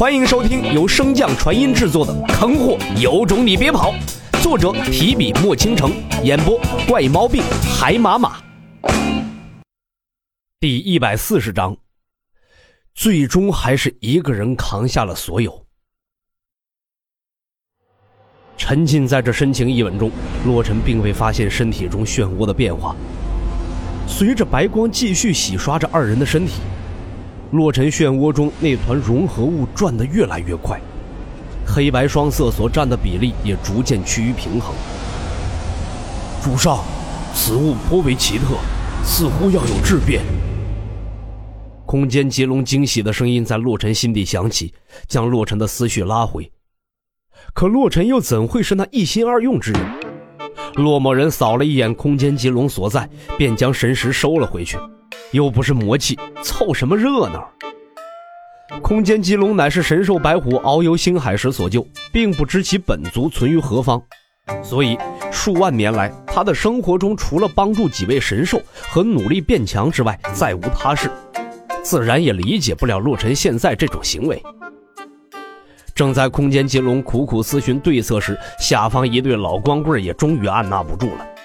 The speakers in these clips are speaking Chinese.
欢迎收听由升降传音制作的《坑货有种你别跑》，作者提笔墨倾城，演播怪毛病海马马。第140章，最终还是一个人扛下了所有。沉浸在这深情一吻中，洛尘并未发现身体中漩涡的变化。随着白光继续洗刷着二人的身体，洛尘漩涡中那团融合物转得越来越快，黑白双色所占的比例也逐渐趋于平衡。 主上，此物颇为奇特，似乎要有质变。 空间接龙惊喜的声音在洛尘心底响起，将洛尘的思绪拉回。可洛尘又怎会是那一心二用之人？落寞人扫了一眼空间接龙所在，便将神识收了回去。又不是魔器，凑什么热闹？空间接龙乃是神兽白虎遨游星海时所救，并不知其本族存于何方，所以数万年来他的生活中除了帮助几位神兽和努力变强之外再无他事，自然也理解不了洛尘现在这种行为。正在空间接龙苦苦思寻对策时，下方一对老光棍也终于按捺不住了。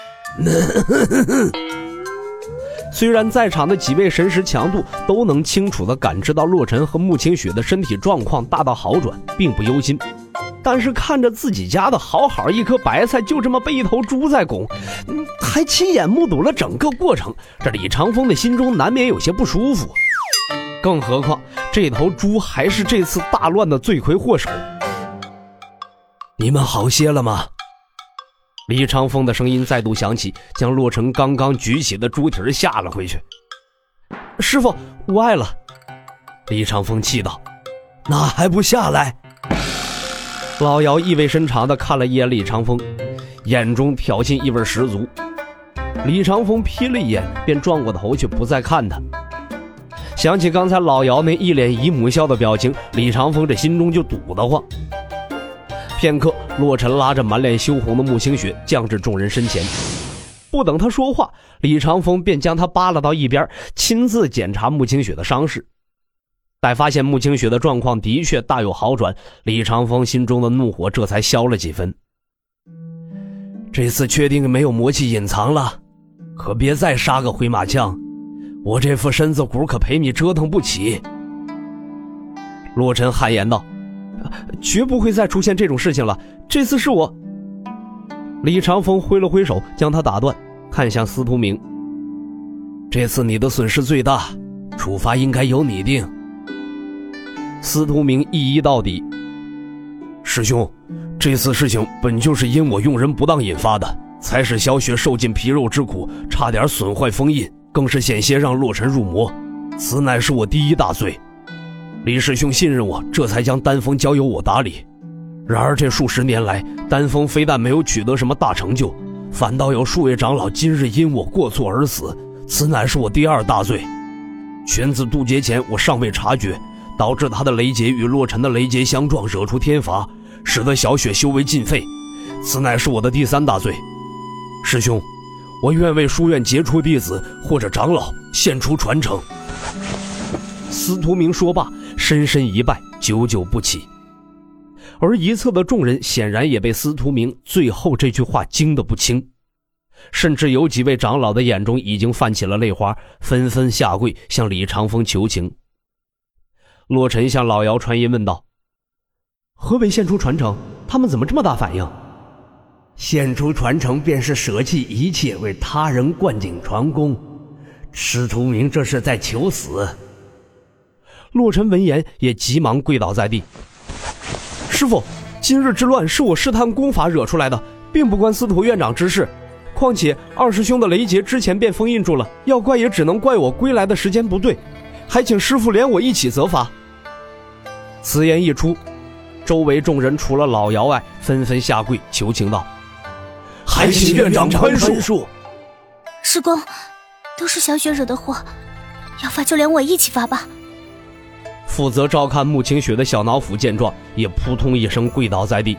虽然在场的几位神识强度都能清楚地感知到洛尘和穆清雪的身体状况大到好转，并不忧心，但是看着自己家的好好一颗白菜就这么被一头猪在拱，还亲眼目睹了整个过程，这李长风的心中难免有些不舒服。更何况这头猪还是这次大乱的罪魁祸首。 你们好些了吗？ 李长风的声音再度响起，将洛尘刚刚举起的猪蹄吓了回去。师父，无碍了。李长风气道。 那还不下来？ 老姚意味深长地看了一眼李长风，眼中挑衅意味十足。李长风瞥了一眼，便转过头去不再看他。想起刚才老姚那一脸姨母笑的表情，李长风这心中就堵得慌。片刻，洛尘拉着满脸羞红的穆清雪降至众人身前，不等他说话，李长风便将他扒拉到一边，亲自检查穆清雪的伤势。待发现穆清雪的状况的确大有好转，李长风心中的怒火这才消了几分。 这次确定没有魔气隐藏了，可别再杀个回马枪，我这副身子骨可陪你折腾不起。 洛尘汗颜道，绝不会再出现这种事情了，这次是我。李长风挥了挥手将他打断，看向司徒明， 这次你的损失最大，处罚应该由你定。 司徒明一一到底， 师兄，这次事情本就是因我用人不当引发的，才使小雪受尽皮肉之苦，差点损坏封印，更是险些让洛尘入魔，此乃是我第一大罪。李师兄信任我，这才将丹峰交由我打理。然而这数十年来，丹峰非但没有取得什么大成就，反倒有数位长老今日因我过错而死，此乃是我第二大罪。犬子渡劫前我尚未察觉，导致他的雷劫与洛尘的雷劫相撞，惹出天罚，使得小雪修为尽废，此乃是我的第三大罪。师兄，我愿为书院杰出弟子或者长老献出传承。 司徒明说罢，深深一拜，久久不起。而一侧的众人显然也被司徒明最后这句话惊得不轻，甚至有几位长老的眼中已经泛起了泪花，纷纷下跪向李长风求情。洛尘向老姚传音问道，何为献出传承？他们怎么这么大反应？ 献出传承便是舍弃一切，为他人灌顶传功。司徒明这是在求死。 洛尘闻言也急忙跪倒在地。师父，今日之乱是我试探功法惹出来的，并不关司徒院长之事。况且二师兄的雷劫之前便封印住了，要怪也只能怪我归来的时间不对，还请师父连我一起责罚。此言一出，周围众人除了老姚外，纷纷下跪求情道， 还请院长宽恕。 师公，都是小雪惹的祸，要罚就连我一起罚吧。 负责照看穆清雪的小脑斧见状，也扑通一声跪倒在地。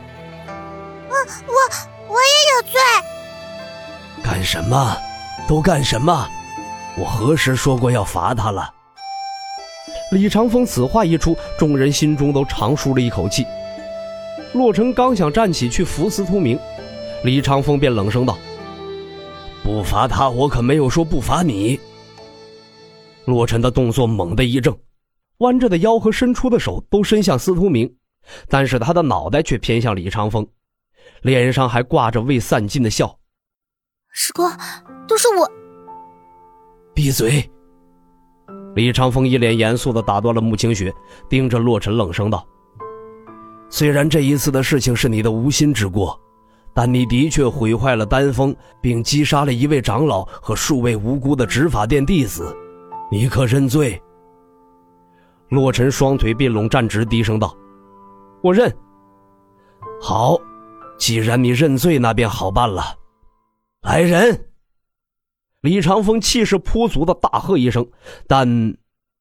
我也有罪。 干什么？都干什么？我何时说过要罚他了？ 李长风此话一出，众人心中都长舒了一口气。洛尘刚想站起去扶司徒明，李长风便冷声道： 不罚他，我可没有说不罚你。 洛尘的动作猛地一怔，弯着的腰和伸出的手都伸向司徒明，但是他的脑袋却偏向李长风，脸上还挂着未散尽的笑。 时光，都是我。 闭嘴！ 李长风一脸严肃地打断了穆清雪，盯着洛尘冷声道： 虽然这一次的事情是你的无心之过，但你的确毁坏了丹峰，并击杀了一位长老和数位无辜的执法殿弟子，你可认罪？ 洛尘双腿并拢站直，低声道：我认。 好，既然你认罪，那便好办了。来人！ 李长风气势颇足的大喝一声，但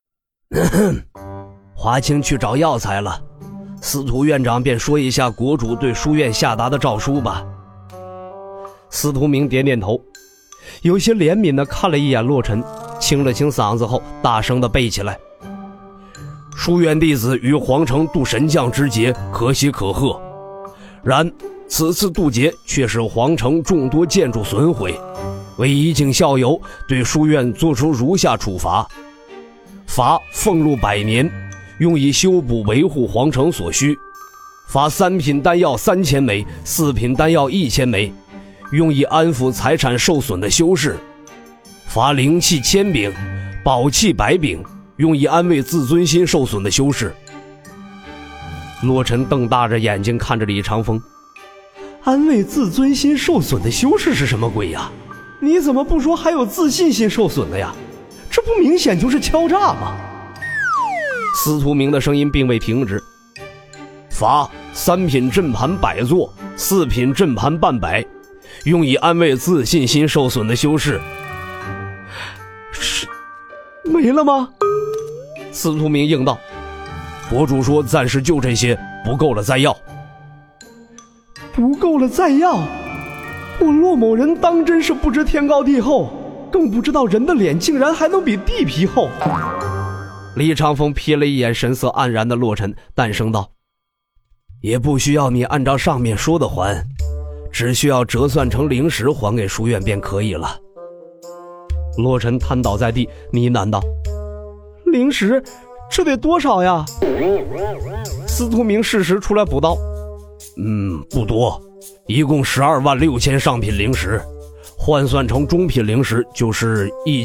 华清去找药材了，司徒院长便说一下国主对书院下达的诏书吧。 司徒明点点头，有些怜悯地看了一眼洛尘，清了清嗓子后大声地背起来： 书院弟子于皇城渡神将之劫，可喜可贺，然此次渡劫却使皇城众多建筑损毁，为以儆效尤，对书院作出如下处罚：罚俸禄100年，用以修补维护皇城所需；罚3品丹药3000枚，4品丹药1000枚，用以安抚财产受损的修士；罚灵气1000柄，宝器100柄，用以安慰自尊心受损的修士。 洛尘瞪大着眼睛看着李长风，安慰自尊心受损的修士是什么鬼呀？你怎么不说还有自信心受损的呀？这不明显就是敲诈吗？司徒明的声音并未停止： 罚3品阵盘100座，4品阵盘半百，用以安慰自信心受损的修士。 是没了吗？司徒明应道： 国主说暂时就这些，不够了再要。 不够了再要？我骆某人当真是不知天高地厚，更不知道人的脸竟然还能比地皮厚。李长风瞥了一眼神色黯然的洛尘，淡声道： 也不需要你按照上面说的还，只需要折算成灵石还给书院便可以了。 洛尘瘫倒在地，呢喃道：灵石这得多少呀？司徒明适时出来补刀： 不多，一共12万6千上品灵石，换算成中品灵石就是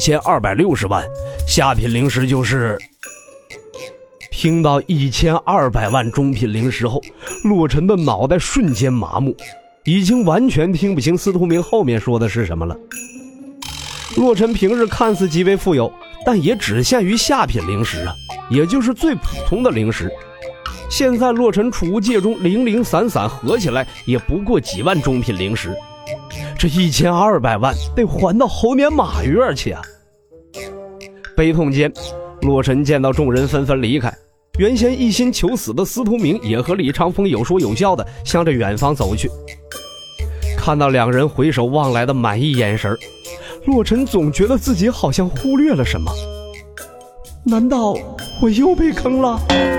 1260万，下品灵石就是…… 听到1200万中品灵石后，洛尘的脑袋瞬间麻木，已经完全听不清司徒明后面说的是什么了。洛尘平日看似极为富有，但也只限于下品灵石啊，也就是最普通的灵石。现在洛尘储物界中零零散散合起来也不过几万中品灵石，这1200万得还到猴年马月去啊！悲痛间，洛尘见到众人纷纷离开，原先一心求死的司徒明也和李长风有说有笑的向着远方走去。看到两人回首望来的满意眼神，洛尘总觉得自己好像忽略了什么。难道我又被坑了？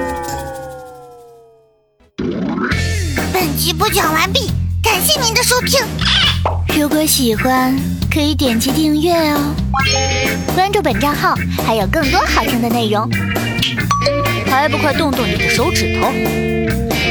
本集播讲完毕，感谢您的收听。如果喜欢，可以点击订阅哦，关注本账号还有更多好听的内容。还不快动动你的手指头！